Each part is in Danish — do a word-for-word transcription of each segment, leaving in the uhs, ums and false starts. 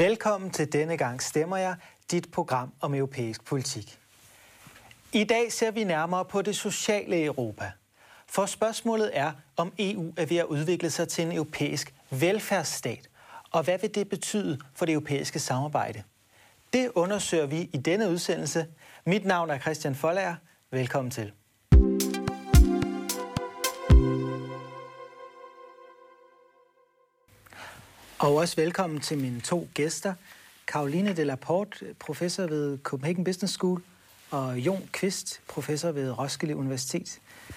Velkommen til Denne gang stemmer jeg, dit program om europæisk politik. I dag ser vi nærmere på det sociale Europa. For spørgsmålet er, om E U er ved at udvikle sig til en europæisk velfærdsstat, og hvad vil det betyde for det europæiske samarbejde? Det undersøger vi i denne udsendelse. Mit navn er Christian Folager. Velkommen til. Og også velkommen til mine to gæster. Caroline Delaporte, professor ved Copenhagen Business School, og Jon Kvist, professor ved Roskilde Universitet.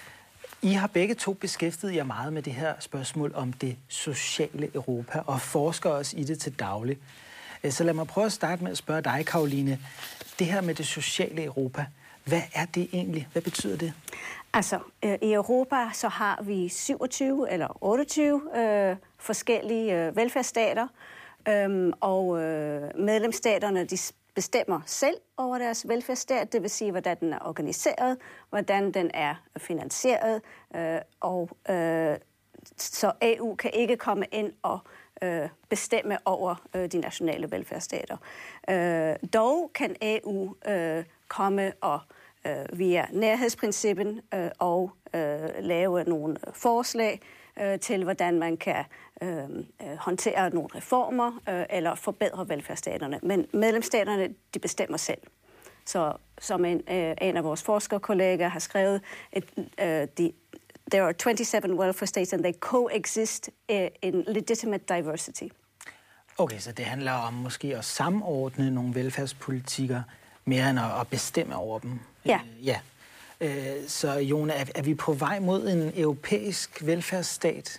I har begge to beskæftiget jer meget med det her spørgsmål om det sociale Europa, og forsker også i det til daglig. Så lad mig prøve at starte med at spørge dig, Caroline. Det her med det sociale Europa, hvad er det egentlig? Hvad betyder det? Altså, øh, i Europa så har vi syvogtyve eller otteogtyve øh, forskellige øh, velfærdsstater, øhm, og øh, medlemsstaterne de bestemmer selv over deres velfærdsstat, det vil sige, hvordan den er organiseret, hvordan den er finansieret, øh, og øh, så E U kan ikke komme ind og øh, bestemme over øh, de nationale velfærdsstater. Øh, dog kan E U øh, komme og øh, via nærhedsprincippen øh, og øh, lave nogle forslag øh, til, hvordan man kan øh, håndtere nogle reformer øh, eller forbedre velfærdsstaterne. Men medlemsstaterne, de bestemmer selv. Så som en, øh, en af vores forskerkolleger har skrevet, et, øh, de, there are twenty-seven welfare states and they coexist in legitimate diversity. Okay, så det handler om måske at samordne nogle velfærdspolitikker mere end at bestemme over dem. Ja. Øh, ja. Øh, så Jon, er, er vi på vej mod en europæisk velfærdsstat?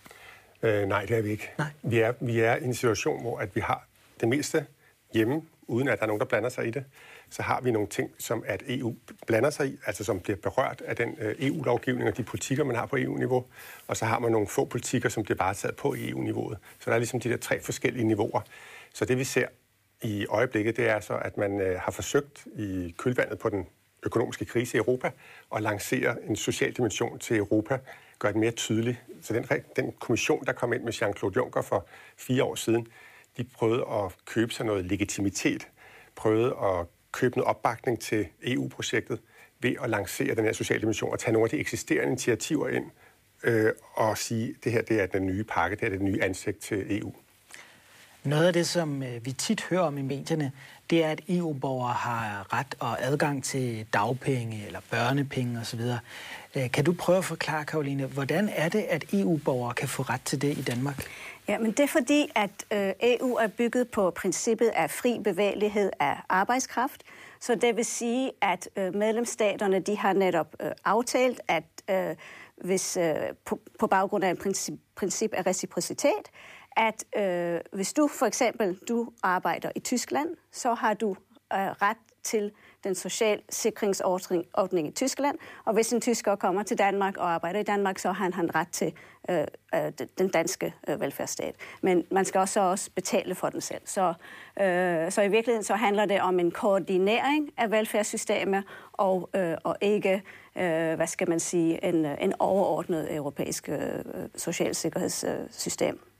Øh, nej, det er vi ikke. Nej. Vi er, vi er i en situation, hvor at vi har det meste hjemme, uden at der er nogen, der blander sig i det. Så har vi nogle ting, som at E U blander sig i, altså som bliver berørt af den E U-lovgivning og de politikker, man har på E U-niveau. Og så har man nogle få politikker, som bliver varetaget på E U-niveauet. Så der er ligesom de der tre forskellige niveauer. Så det vi ser i øjeblikket, det er så, at man øh, har forsøgt i kølvandet på den økonomiske krise i Europa at lancere en social dimension til Europa, gøre det mere tydeligt. Så den, den kommission, der kom ind med Jean-Claude Juncker for fire år siden, de prøvede at købe sig noget legitimitet, prøvede at købe noget opbakning til E U-projektet ved at lancere den her sociale dimension og tage nogle af de eksisterende initiativer ind øh, og sige, at det her det er den nye pakke, det er det nye ansigt til E U. Noget af det, som vi tit hører om i medierne, det er, at E U-borgere har ret og adgang til dagpenge eller børnepenge osv. Kan du prøve at forklare, Caroline, hvordan er det, at E U-borgere kan få ret til det i Danmark? Ja, men det er fordi, at øh, E U er bygget på princippet af fri bevægelighed af arbejdskraft. Så det vil sige, at øh, medlemsstaterne de har netop øh, aftalt, at øh, hvis øh, på, på baggrund af et princip, princip af reciprocitet, at øh, hvis du for eksempel du arbejder i Tyskland, så har du øh, ret til den social sikringsordning i Tyskland, og hvis en tysker kommer til Danmark og arbejder i Danmark, så har han ret til øh, øh, den danske øh, velfærdsstat. Men man skal også, også betale for den selv. Så, øh, så i virkeligheden så handler det om en koordinering af velfærdssystemer og, øh, og ikke, øh, hvad skal man sige, en, en overordnet europæisk øh, socialsikkerhedssystem.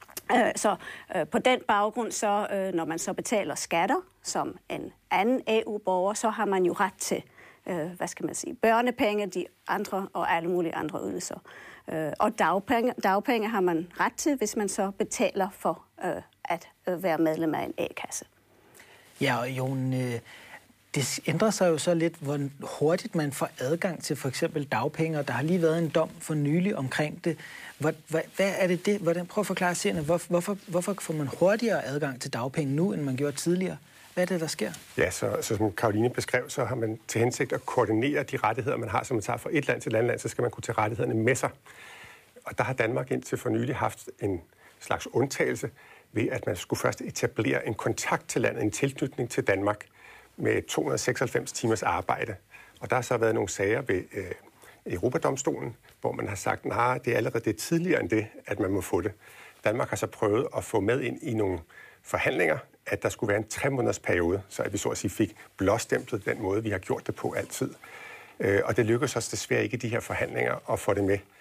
Så øh, på den baggrund, så, øh, når man så betaler skatter som en anden E U-borger, så har man jo ret til, øh, hvad skal man sige, børnepenge, de andre og alle mulige andre ydelser. Øh, og dagpenge, dagpenge har man ret til, hvis man så betaler for øh, at øh, være medlem af en A-kasse. Ja, og Jon, øh, det ændrer sig jo så lidt, hvor hurtigt man får adgang til for eksempel dagpenge, og der har lige været en dom for nylig omkring det. Hvad, hvad, hvad er det det? Hvordan, prøv at forklare seerne, hvor, hvorfor, hvorfor får man hurtigere adgang til dagpenge nu, end man gjorde tidligere? Hvad er det, der sker? Ja, så, så som Caroline beskrev, så har man til hensigt at koordinere de rettigheder, man har, som man tager fra et land til et andet land, så skal man kunne tage rettighederne med sig. Og der har Danmark indtil for nylig haft en slags undtagelse ved, at man skulle først etablere en kontakt til landet, en tilknytning til Danmark med to hundrede og seksoghalvfems timers arbejde. Og der har så været nogle sager ved øh, Europadomstolen, hvor man har sagt, nej, det er allerede det tidligere end det, at man må få det. Danmark har så prøvet at få med ind i nogle forhandlinger, at der skulle være en tre måneders periode, så at vi så at sige fik blåstemplet den måde, vi har gjort det på altid. Øh, og det lykkedes os desværre ikke i de her forhandlinger at få det med.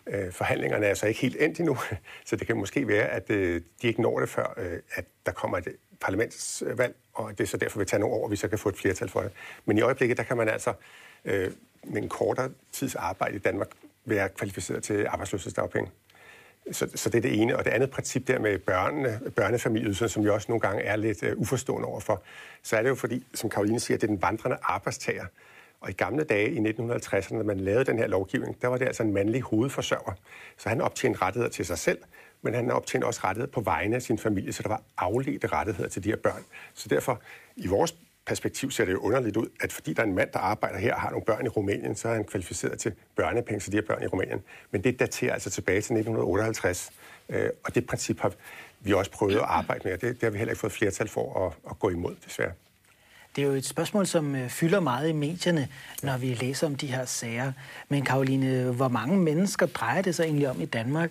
Øh, forhandlingerne er så ikke helt endt endnu, så det kan måske være, at øh, de ikke når det før, øh, at der kommer et parlamentsvalg, og det så derfor vil tage nogle år, vi så kan få et flertal for det. Men i øjeblikket, der kan man altså øh, med en kortere tids arbejde i Danmark være kvalificeret til arbejdsløshedsdagpenge. Så, så det er det ene. Og det andet princip der med børnene, børnefamilieydelsen, som jo også nogle gange er lidt uh, uforstående overfor, så er det jo fordi, som Caroline siger, det er den vandrende arbejdstager. Og i gamle dage i nitten halvtredserne, når man lavede den her lovgivning, der var det altså en mandlig hovedforsørger. Så han optjente rettigheder til sig selv, men han optjente også rettigheder på vegne af sin familie, så der var afledte rettigheder til de her børn. Så derfor, i vores perspektiv ser det jo underligt ud, at fordi der er en mand, der arbejder her og har nogle børn i Rumænien, så er han kvalificeret til børnepenge til de her børn i Rumænien. Men det daterer altså tilbage til nitten otteoghalvtreds, øh, og det princip har vi også prøvet at arbejde med, og det, det har vi heller ikke fået flertal for at, at gå imod, desværre. Det er jo et spørgsmål, som fylder meget i medierne, når vi læser om de her sager. Men Caroline, hvor mange mennesker drejer det sig egentlig om i Danmark?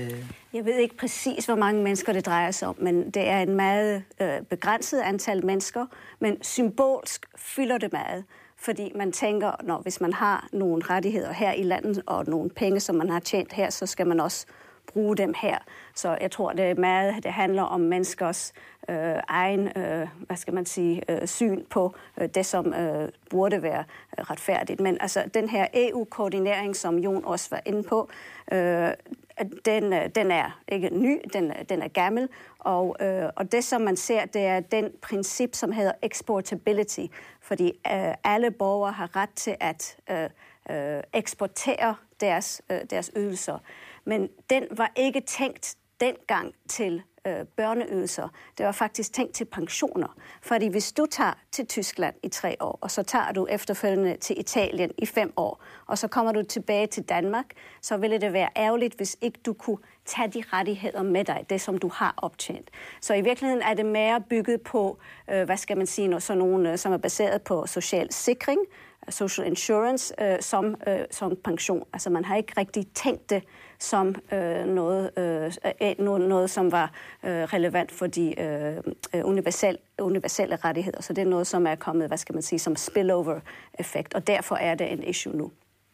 Jeg ved ikke præcis, hvor mange mennesker det drejer sig om, men det er en meget øh, begrænset antal mennesker, men symbolsk fylder det meget. Fordi man tænker, når hvis man har nogle rettigheder her i landet, og nogle penge, som man har tjent her, så skal man også bruge dem her. Så jeg tror, det er meget, det handler om menneskers øh, egen, øh, hvad skal man sige, øh, syn på øh, det, som øh, burde være øh, retfærdigt. Men altså, den her E U-koordinering, som Jon også var inde på, øh, den, den er ikke ny, den, den er gammel, og, øh, og det, som man ser, det er den princip, som hedder exportability, fordi øh, alle borgere har ret til at øh, øh, eksportere deres, øh, deres ydelser. Men den var ikke tænkt dengang til øh, børneydelser. Det var faktisk tænkt til pensioner. Fordi hvis du tager til Tyskland i tre år, og så tager du efterfølgende til Italien i fem år, og så kommer du tilbage til Danmark, så ville det være ærgerligt, hvis ikke du kunne tage de rettigheder med dig, det som du har optjent. Så i virkeligheden er det mere bygget på, øh, hvad skal man sige, noget, sådan nogle, som er baseret på social sikring, social insurance, øh, som, øh, som pension. Altså man har ikke rigtig tænkt det som øh, noget, øh, noget, noget, som var øh, relevant for de øh, universelle, universelle rettigheder. Så det er noget, som er kommet, hvad skal man sige, som spillover-effekt, og derfor er det en issue nu.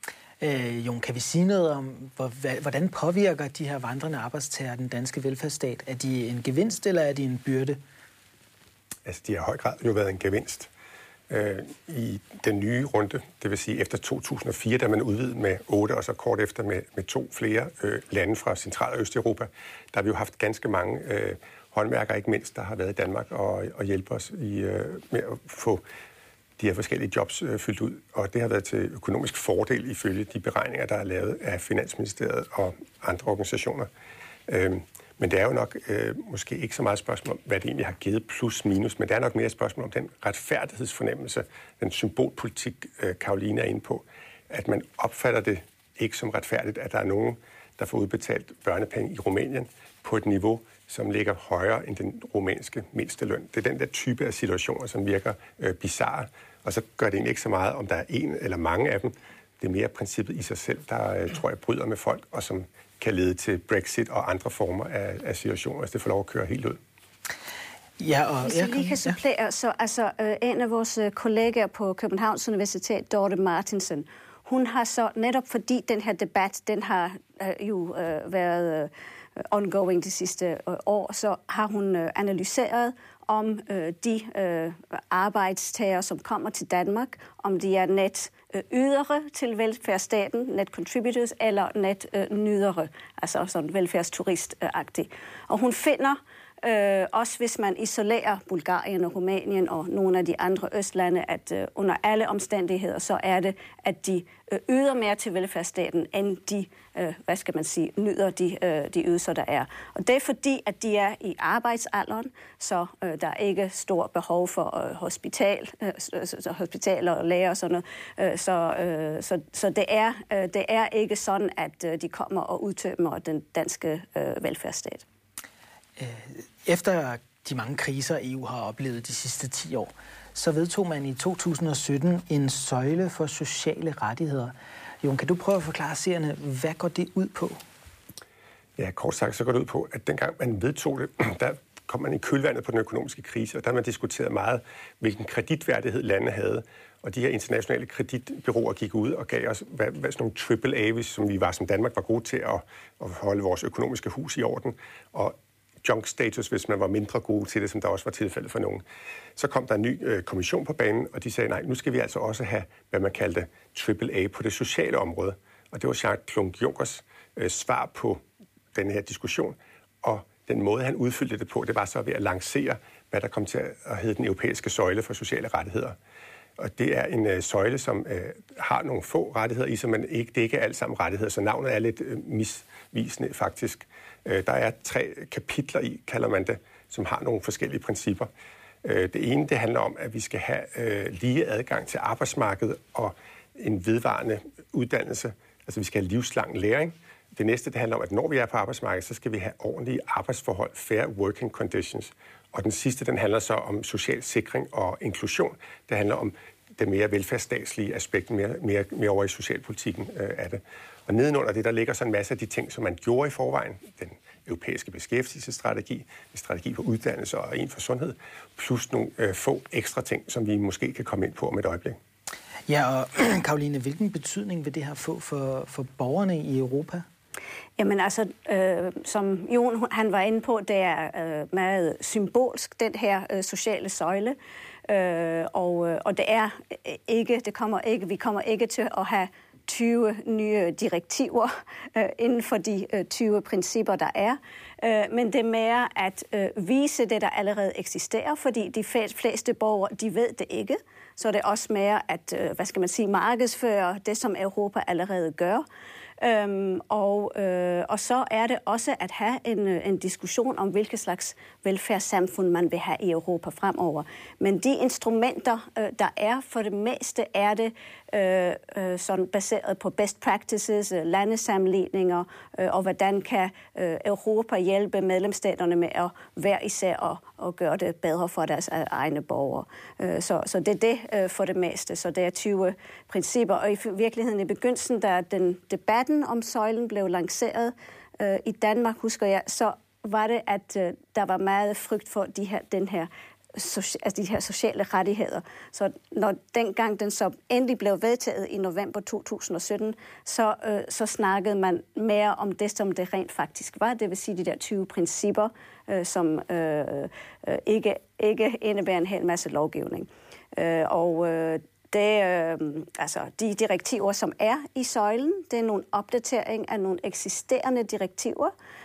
Øh, Jon, kan vi sige noget om, hvordan påvirker de her vandrende arbejdstagere den danske velfærdsstat? Er de en gevinst, eller er de en byrde? Altså, de har i høj grad jo været en gevinst. Øh, I den nye runde, det vil sige efter to tusind og fire, da man udvidede med otte, og så kort efter med, med to flere øh, lande fra Central- og Østeuropa, der har vi jo haft ganske mange øh, håndværkere, ikke mindst, der har været i Danmark og, og hjælpe os i, øh, med at få de her forskellige jobs øh, fyldt ud. Og det har været til økonomisk fordel ifølge de beregninger, der er lavet af Finansministeriet og andre organisationer. Øh, Men det er jo nok øh, måske ikke så meget spørgsmål om, hvad det egentlig har givet plus minus, men det er nok mere et spørgsmål om den retfærdighedsfornemmelse, den symbolpolitik, øh, Caroline er inde på, at man opfatter det ikke som retfærdigt, at der er nogen, der får udbetalt børnepenge i Rumænien på et niveau, som ligger højere end den rumænske mindsteløn. Det er den der type af situationer, som virker øh, bizarre, og så gør det egentlig ikke så meget, om der er en eller mange af dem. Det er mere princippet i sig selv, der øh, tror jeg bryder med folk, og som kan lede til Brexit og andre former af, af situationer, hvis det får lov at køre helt ud. Ja, og hvis jeg lige kan supplere, ja. så altså, øh, en af vores kollegaer på Københavns Universitet, Dorte Martinsen, hun har så netop fordi den her debat, den har øh, jo øh, været øh, ongoing de sidste øh, år, så har hun øh, analyseret om øh, de øh, arbejdstager, som kommer til Danmark, om de er net øh, ydere til velfærdsstaten, net contributors, eller net øh, nydere, altså sådan velfærdsturist-agtigt. Og hun finder, øh, også hvis man isolerer Bulgarien og Rumænien og nogle af de andre østlande, at øh, under alle omstændigheder, så er det, at de øh, yder mere til velfærdsstaten, end de, øh, hvad skal man sige, nyder de, øh, de ydelser, der er. Og det er fordi, at de er i arbejdsalderen, så øh, der er ikke stor behov for øh, hospital, øh, så, hospitaler og læger og sådan noget. Øh, så, øh, så, så det, er, øh, det er ikke sådan, at øh, de kommer og udtømmer den danske øh, velfærdsstat. Efter de mange kriser, E U har oplevet de sidste ti år, så vedtog man i to tusind og sytten en søjle for sociale rettigheder. Jon, kan du prøve at forklare seerne, hvad går det ud på? Ja, kort sagt, så går det ud på, at dengang man vedtog det, der kom man i kølvandet på den økonomiske krise, og der har man diskuteret meget, hvilken kreditværdighed landet havde, Og de her internationale kreditbureauer gik ud og gav os hvad, hvad, sådan nogle triple A, som vi var som Danmark var gode til at, at holde vores økonomiske hus i orden. Og junk status, hvis man var mindre gode til det, som der også var tilfældet for nogen. Så kom der en ny øh, kommission på banen, og de sagde, nej, nu skal vi altså også have, hvad man kaldte triple A på det sociale område. Og det var Jean-Claude Junckers øh, svar på den her diskussion. Og den måde, han udfyldte det på, det var så ved at lancere, hvad der kom til at hedde den europæiske søjle for sociale rettigheder. Og det er en øh, søjle, som øh, har nogle få rettigheder i sig, men ikke, det er ikke alt sammen rettigheder, så navnet er lidt øh, misvisende faktisk. Øh, der er tre kapitler i, kalder man det, som har nogle forskellige principper. Øh, det ene, det handler om, at vi skal have øh, lige adgang til arbejdsmarkedet og en vedvarende uddannelse. Altså vi skal have livslang læring. Det næste, det handler om, at når vi er på arbejdsmarkedet, så skal vi have ordentlige arbejdsforhold, fair working conditions. Og den sidste, den handler så om social sikring og inklusion. Det handler om det mere velfærdsstatslige aspekt, mere, mere, mere over i socialpolitikken øh, af det. Og nedenunder det, der ligger så en masse af de ting, som man gjorde i forvejen. Den europæiske beskæftigelsesstrategi, en strategi for uddannelse og en for sundhed, plus nogle øh, få ekstra ting, som vi måske kan komme ind på om et øjeblik. Ja, og Caroline, hvilken betydning vil det her få for, for borgerne i Europa? Jamen altså, øh, som Jon han var inde på, det er øh, meget symbolsk, den her øh, sociale søjle. Øh, og, og det er ikke, det kommer ikke, vi kommer ikke til at have tyve nye direktiver øh, inden for de øh, tyve principper, der er. Øh, men det er mere at øh, vise det, der allerede eksisterer, fordi de fleste borgere, de ved det ikke. Så det er også mere at, øh, hvad skal man sige, markedsføre det, som Europa allerede gør. Øhm, og, øh, og så er det også at have en, en diskussion om, hvilke slags velfærdssamfund man vil have i Europa fremover. Men de instrumenter, øh, der er, for det meste er det øh, øh, sådan baseret på best practices, øh, landesammenligninger, øh, og hvordan kan øh, Europa hjælpe medlemsstaterne med at hver især og, og gøre det bedre for deres egne borgere. Øh, så, så det er det øh, for det meste. Så det er tyve principper. Og i virkeligheden i begyndelsen, der den debat om søjlen blev lanceret øh, i Danmark, husker jeg, så var det, at øh, der var meget frygt for de her, den her, soci- altså de her sociale rettigheder. Så når dengang den så endelig blev vedtaget i november to tusind og sytten, så, øh, så snakkede man mere om det, som det rent faktisk var. Det vil sige de der tyve principper, øh, som øh, øh, ikke, ikke indebærer en hel masse lovgivning. Øh, og øh, Det, øh, altså, de direktiver, som er i søjlen, det er nogle opdatering af nogle eksisterende direktiver,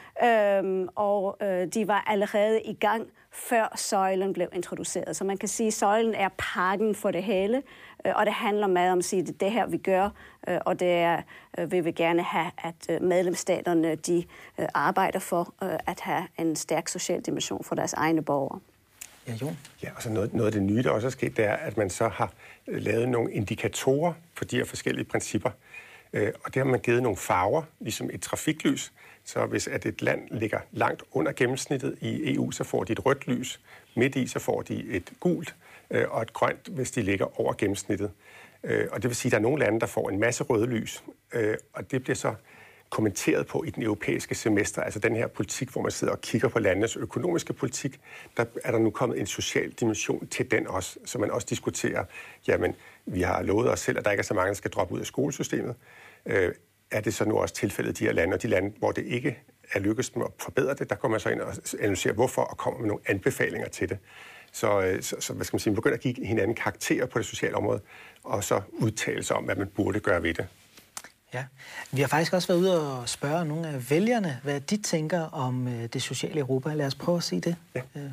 øh, og øh, de var allerede i gang, før søjlen blev introduceret. Så man kan sige, at søjlen er pakken for det hele, øh, og det handler meget om at sige, at det er det her, vi gør, øh, og det er, øh, vi vil gerne have, at øh, medlemsstaterne de, øh, arbejder for øh, at have en stærk social dimension for deres egne borgere. Ja, Jon. Ja, og så noget, noget af det nye, der også er sket, det er, at man så har lavet nogle indikatorer for de her forskellige principper. Øh, og det har man givet nogle farver, ligesom et trafiklys. Så hvis at et land ligger langt under gennemsnittet i E U, så får de et rødt lys. Midt i, så får de et gult øh, og et grønt, hvis de ligger over gennemsnittet. Øh, og det vil sige, at der er nogle lande, der får en masse røde lys. Øh, og det bliver så kommenteret på i den europæiske semester, altså den her politik, hvor man sidder og kigger på landenes økonomiske politik, der er der nu kommet en social dimension til den også, så man også diskuterer, jamen, vi har lovet os selv, at der ikke er så mange, der skal droppe ud af skolesystemet. Øh, er det så nu også tilfældet de her lande, og de lande, hvor det ikke er lykkedes med at forbedre det, der går man så ind og analyserer, hvorfor, og kommer med nogle anbefalinger til det. Så, så, så hvad skal man sige, man begynder at give hinanden karakterer på det sociale område, og så udtale sig om, hvad man burde gøre ved det. Ja, vi har faktisk også været ude og spørge nogle af vælgerne, hvad de tænker om øh, det sociale Europa. Lad os prøve at sige det. Ja. Øh.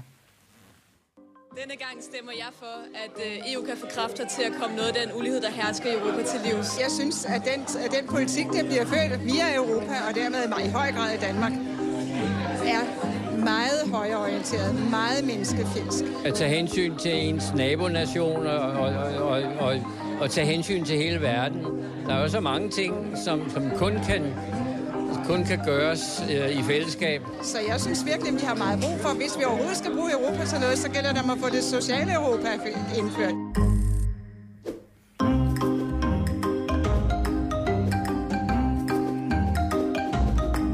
Denne gang stemmer jeg for, at øh, E U kan få kræfter til at komme noget af den ulighed, der hersker i Europa til livs. Jeg synes, at den, at den politik, der bliver ført via Europa, og dermed i høj grad i Danmark, er meget højreorienteret, meget menneskefjendsk. At tage hensyn til ens nabonation og, og, og, og, og tage hensyn til hele verden. Der er jo så mange ting, som, som kun kan, kun kan gøres øh, i fællesskab. Så jeg synes virkelig, at vi har meget brug for, hvis vi overhovedet skal bruge Europa til noget, så gælder det om at få det sociale Europa indført.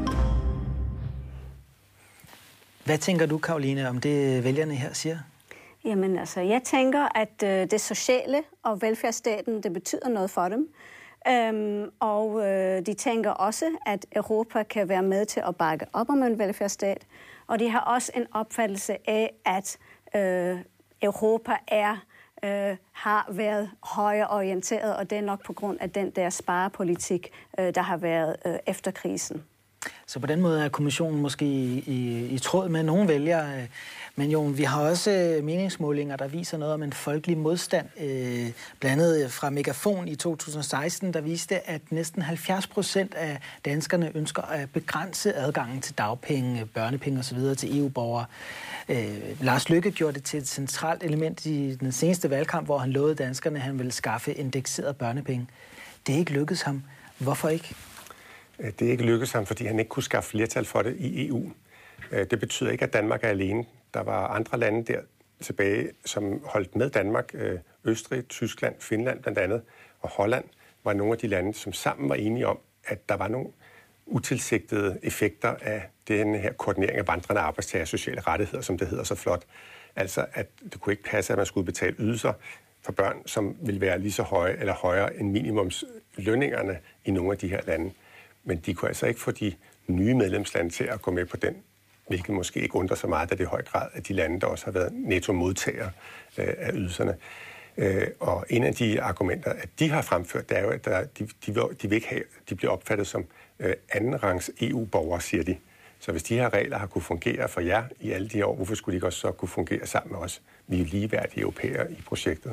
Hvad tænker du, Caroline, om det vælgerne her siger? Jamen altså, jeg tænker, at øh, det sociale og velfærdsstaten, det betyder noget for dem. Øhm, og øh, de tænker også, at Europa kan være med til at bakke op om en velfærdsstat. Og de har også en opfattelse af, at øh, Europa er, øh, har været højreorienteret, og det er nok på grund af den der sparepolitik, øh, der har været øh, efter krisen. Så på den måde er kommissionen måske i, i, i tråd med nogle vælgere. Men jo, vi har også meningsmålinger, der viser noget om en folkelig modstand. Øh, blandt andet fra Megafon i to tusind og seksten, der viste, at næsten halvfjerds procent af danskerne ønsker at begrænse adgangen til dagpenge, børnepenge osv. til E U-borgere. Øh, Lars Løkke gjorde det til et centralt element i den seneste valgkamp, hvor han lovede danskerne, at han ville skaffe indekseret børnepenge. Det er ikke lykkedes ham. Hvorfor ikke? Det er ikke lykkedes ham, fordi han ikke kunne skaffe flertal for det i E U. Det betyder ikke, at Danmark er alene. Der var andre lande der tilbage, som holdt med Danmark. Østrig, Tyskland, Finland blandt andet, og Holland var nogle af de lande, som sammen var enige om, at der var nogle utilsigtede effekter af den her koordinering af vandrende arbejdstager og sociale rettigheder, som det hedder så flot. Altså, at det kunne ikke passe, at man skulle betale ydelser for børn, som ville være lige så høje eller højere end minimumslønningerne i nogle af de her lande. Men de kunne altså ikke få de nye medlemslande til at gå med på den, hvilket måske ikke undrer så meget, da det i høj grad af de lande, der også har været netto-modtagere øh, af ydelserne. Øh, og en af de argumenter, at de har fremført, det er jo, at der, de, de, de vil ikke have, de bliver opfattet som øh, andenrangs E U-borgere, siger de. Så hvis de her regler har kunne fungere for jer i alle de her år, hvorfor skulle de ikke også så kunne fungere sammen med os? Vi er ligeværdige europæere i projektet.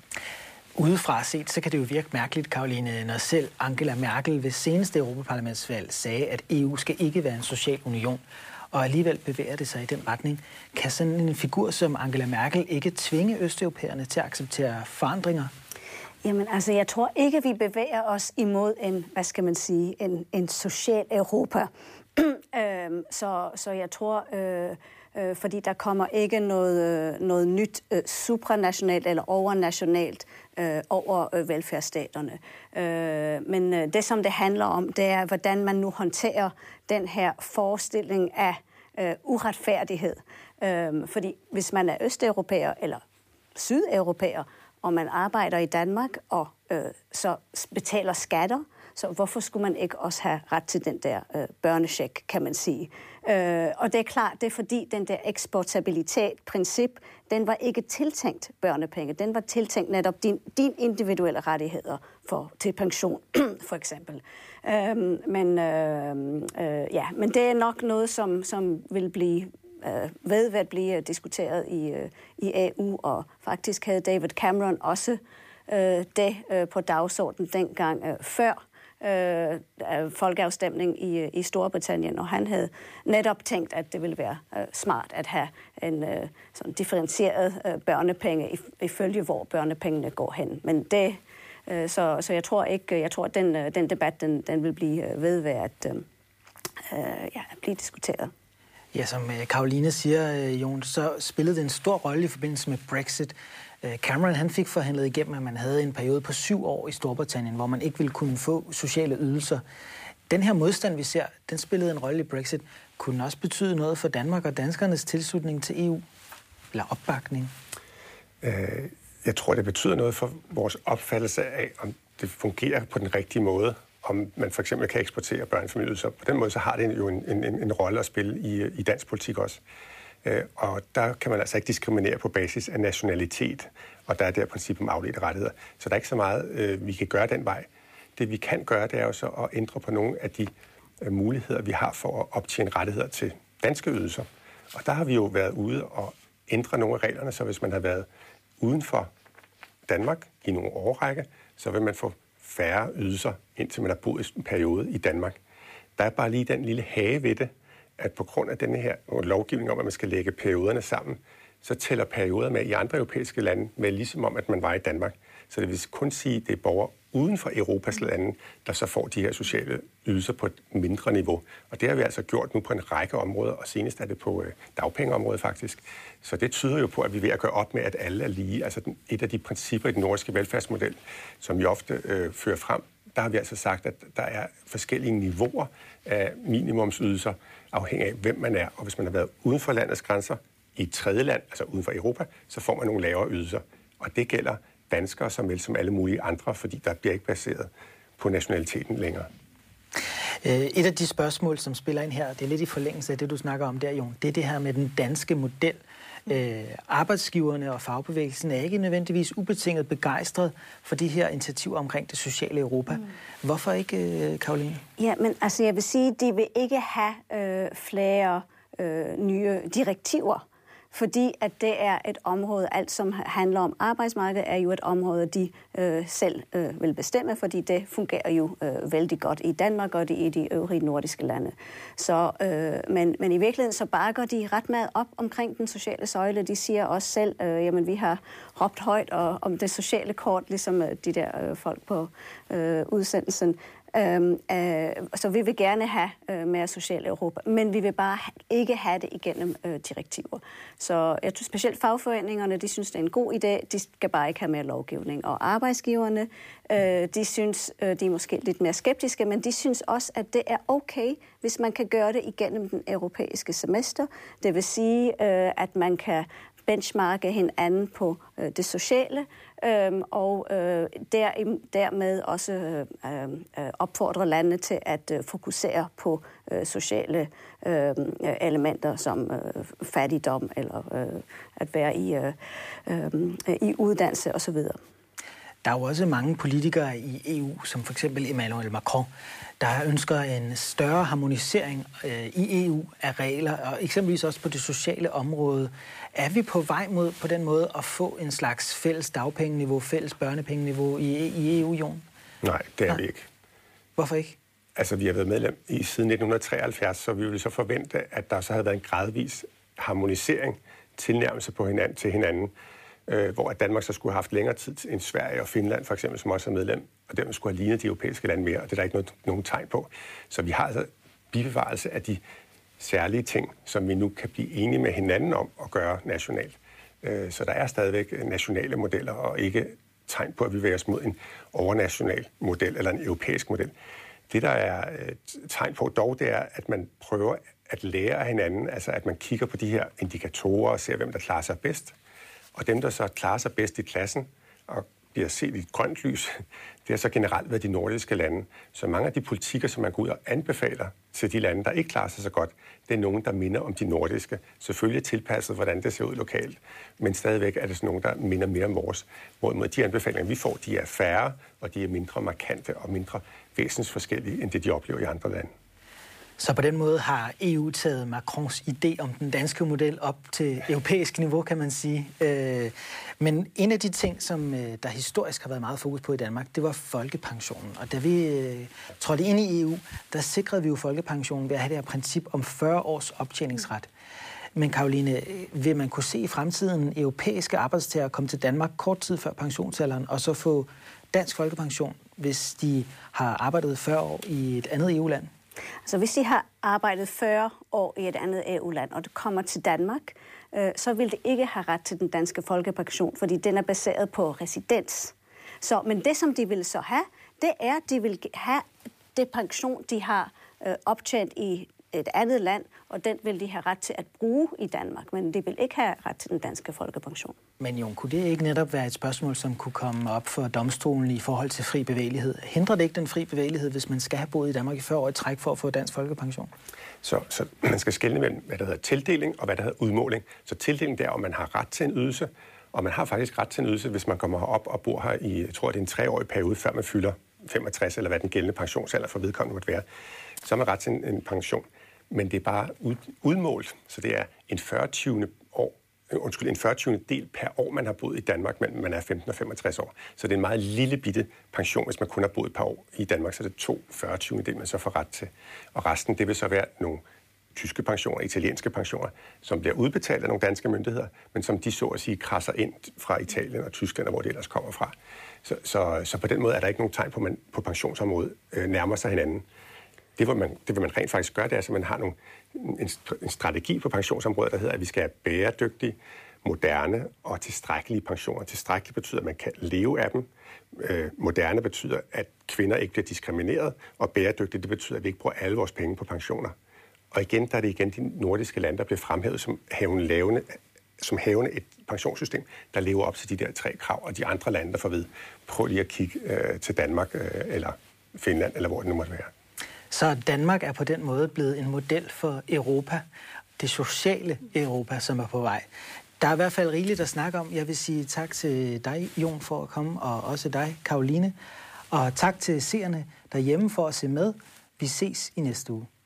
Udefra set, så kan det jo virke mærkeligt, Caroline, når selv Angela Merkel ved seneste Europaparlamentsvalg sagde, at E U skal ikke være en social union, og alligevel bevæger det sig i den retning. Kan sådan en figur som Angela Merkel ikke tvinge østeuropæerne til at acceptere forandringer? Jamen altså, jeg tror ikke, vi bevæger os imod en, hvad skal man sige, en, en social Europa. øhm, så, så jeg tror... Øh, Øh, fordi der kommer ikke noget, øh, noget nyt øh, supranationalt eller overnationalt øh, over øh, velfærdsstaterne. Øh, men øh, det, som det handler om, det er, hvordan man nu håndterer den her forestilling af øh, uretfærdighed. Øh, fordi hvis man er østeuropæer eller sydeuropæer, og man arbejder i Danmark og øh, så betaler skatter, så hvorfor skulle man ikke også have ret til den der øh, børnecheck, kan man sige. Øh, og det er klart, det er fordi den der eksportabilitet-princip, den var ikke tiltænkt børnepenge. Den var tiltænkt netop din, din individuelle rettigheder for, til pension, for eksempel. Øh, men, øh, øh, ja, men det er nok noget, som, som vil blive øh, ved at blive diskuteret i, øh, i E U, og faktisk havde David Cameron også øh, det øh, på dagsordenen dengang øh, før Øh, folkeafstemning i, i Storbritannien, og han havde netop tænkt, at det ville være øh, smart at have en øh, sådan differentieret øh, børnepenge ifølge, hvor børnepengene går hen. Men det, øh, så, så jeg tror ikke, jeg tror, at den, den debat, den, den vil blive ved ved at øh, ja, blive diskuteret. Ja, som Caroline siger, Jon, så spillede det en stor rolle i forbindelse med Brexit. Cameron han fik forhandlet igennem, at man havde en periode på syv år i Storbritannien, hvor man ikke ville kunne få sociale ydelser. Den her modstand, vi ser, den spillede en rolle i Brexit. Kunne den også betyde noget for Danmark og danskernes tilslutning til E U? Eller opbakning? Jeg tror, det betyder noget for vores opfattelse af, om det fungerer på den rigtige måde. Om man for eksempel kan eksportere børnefamilieydelser. På den måde så har det jo en, en, en rolle at spille i, i dansk politik også. Øh, og der kan man altså ikke diskriminere på basis af nationalitet, og der er der princip om afledte rettigheder. Så der er ikke så meget, øh, vi kan gøre den vej. Det vi kan gøre, det er jo så at ændre på nogle af de øh, muligheder, vi har for at optjene rettigheder til danske ydelser. Og der har vi jo været ude og ændre nogle af reglerne, så hvis man har været uden for Danmark i nogle årrække, så vil man få færre ydelser, indtil man har boet en periode i Danmark. Der er bare lige den lille hage ved det, at på grund af denne her lovgivning om, at man skal lægge perioderne sammen, så tæller perioder med i andre europæiske lande med ligesom om, at man var i Danmark. Så det vil kun sige, at det er borgere uden for Europas lande, der så får de her sociale ydelser på et mindre niveau. Og det har vi altså gjort nu på en række områder, og senest er det på øh, dagpengeområdet faktisk. Så det tyder jo på, at vi er ved at gøre op med, at alle er lige. Altså den, et af de principper i den nordiske velfærdsmodel, som vi ofte øh, fører frem, der har vi altså sagt, at der er forskellige niveauer af minimumsydelser, afhængig af, hvem man er. Og hvis man har været uden for landets grænser i et tredje land, altså uden for Europa, så får man nogle lavere ydelser. Og det gælder danskere som vel som alle mulige andre, fordi der bliver ikke baseret på nationaliteten længere. Et af de spørgsmål, som spiller ind her, det er lidt i forlængelse af det, du snakker om der, Jon, det er det her med den danske model. Øh, arbejdsgiverne og fagbevægelsen er ikke nødvendigvis ubetinget begejstret for de her initiativer omkring det sociale Europa. Mm. Hvorfor ikke, øh, Caroline? Ja, men altså jeg vil sige, de vil ikke have øh, flere øh, nye direktiver, fordi at det er et område, alt som handler om arbejdsmarkedet, er jo et område, de øh, selv øh, vil bestemme, fordi det fungerer jo øh, vældig godt i Danmark og i de øvrige nordiske lande. Så, øh, men, men i virkeligheden så bakker de ret meget op omkring den sociale søjle. De siger også selv, øh, jamen vi har råbt højt og, om det sociale kort, ligesom øh, de der øh, folk på øh, udsendelsen. Øhm, øh, så vi vil gerne have øh, mere social Europa, men vi vil bare ikke have det igennem øh, direktiver. Så jeg tror specielt fagforeningerne, de synes, det er en god idé. De skal bare ikke have mere lovgivning. Og arbejdsgiverne, øh, de synes, øh, de er måske lidt mere skeptiske, men de synes også, at det er okay, hvis man kan gøre det igennem den europæiske semester. Det vil sige, øh, at man kan benchmarke hinanden på øh, det sociale, øh, og øh, der, dermed også øh, øh, opfordre landene til at øh, fokusere på øh, sociale øh, elementer som øh, fattigdom eller øh, at være i, øh, øh, i uddannelse osv. Der er jo også mange politikere i E U, som for eksempel Emmanuel Macron, der ønsker en større harmonisering øh, i E U af regler, og eksempelvis også på det sociale område. Er vi på vej mod på den måde at få en slags fælles dagpengeniveau, fælles børnepengeniveau i, i E U, Jon? Nej, det er Nej. vi ikke. Hvorfor ikke? Altså, vi har været medlem i siden nitten treoghalvfjerds, så vi ville så forvente, at der så havde været en gradvis harmonisering, tilnærmelse på hinanden til hinanden, øh, hvor at Danmark så skulle have haft længere tid end Sverige og Finland, for eksempel, som også er medlem, og dermed skulle have lignet de europæiske lande mere, og det er der ikke noget, nogen tegn på. Så vi har altså bibevarelse af de særlige ting, som vi nu kan blive enige med hinanden om at gøre nationalt. Øh, så der er stadigvæk nationale modeller, og ikke tegn på, at vi bevæger os mod en overnational model eller en europæisk model. Det, der er øh, tegn på dog, det er, at man prøver at lære af hinanden, altså at man kigger på de her indikatorer og ser, hvem der klarer sig bedst. Og dem, der så klarer sig bedst i klassen og bliver set i et grønt lys, det har så generelt været de nordiske lande. Så mange af de politikker, som man går ud og anbefaler til de lande, der ikke klarer sig så godt, det er nogen, der minder om de nordiske. Selvfølgelig tilpasset, hvordan det ser ud lokalt, men stadigvæk er det sådan nogen, der minder mere om vores. Hvorimod de anbefalinger, vi får, de er færre, og de er mindre markante og mindre væsensforskellige, end det de oplever i andre lande. Så på den måde har E U taget Macrons idé om den danske model op til europæisk niveau, kan man sige. Men en af de ting, som der historisk har været meget fokus på i Danmark, det var folkepensionen. Og da vi trådte ind i E U, der sikrede vi jo folkepensionen ved at have det her princip om fyrre års optjeningsret. Men Caroline, vil man kunne se i fremtiden europæiske arbejdstagere komme til Danmark kort tid før pensionsalderen, og så få dansk folkepension, hvis de har arbejdet fyrre år i et andet E U-land? Altså hvis de har arbejdet fyrre år i et andet E U-land, og det kommer til Danmark, øh, så vil det ikke have ret til den danske folkepension, fordi den er baseret på residens. Så, men det, som de vil så have, det er, at de vil have det pension, de har øh, optjent i et andet land, og den vil de have ret til at bruge i Danmark, men de vil ikke have ret til den danske folkepension. Men Jon, kunne det ikke netop være et spørgsmål, som kunne komme op for domstolen i forhold til fri bevægelighed? Hindrer det ikke den fri bevægelighed, hvis man skal have boet i Danmark i fyrre år i træk for at få dansk folkepension? Så, så man skal skelne mellem, hvad der hedder tildeling og hvad der hedder udmåling. Så tildeling det er, om man har ret til en ydelse, og man har faktisk ret til en ydelse, hvis man kommer herop og bor her i, jeg tror, det er en treårig periode, før man fylder femogtres, eller hvad den gældende pensionsalder for vedkommende måtte være. Så har man ret til en, en pension. Men det er bare ud, udmålt, så det er en fyrre tyvende år, undskyld, en fyrre tyvende del per år, man har boet i Danmark, men man er femten og femogtres år. Så det er en meget lille bitte pension, hvis man kun har boet et par år i Danmark, så det er to fyrre tyvende del, man så får ret til. Og resten, det vil så være nogle tyske pensioner, italienske pensioner, som bliver udbetalt af nogle danske myndigheder, men som de så at sige krasser ind fra Italien og Tyskland, og hvor det ellers kommer fra. Så, så, så på den måde er der ikke nogen tegn på, at man på pensionsområdet øh, nærmer sig hinanden. Det vil, man, det vil man rent faktisk gøre, det er, at man har nogle, en, en strategi på pensionsområdet, der hedder, at vi skal have bæredygtige, moderne og tilstrækkelige pensioner. Tilstrækkeligt betyder, at man kan leve af dem. Øh, moderne betyder, at kvinder ikke bliver diskrimineret, og bæredygtigt, det betyder, at vi ikke bruger alle vores penge på pensioner. Og igen, der er det igen de nordiske lande, der bliver fremhævet som havende lavende som havende et pensionssystem, der lever op til de der tre krav, og de andre lande, der får ved, prøv lige at kigge øh, til Danmark øh, eller Finland, eller hvor det nu måtte være. Så Danmark er på den måde blevet en model for Europa, det sociale Europa, som er på vej. Der er i hvert fald rigeligt at snakke om. Jeg vil sige tak til dig, Jon, for at komme, og også dig, Caroline. Og tak til seerne derhjemme for at se med. Vi ses i næste uge.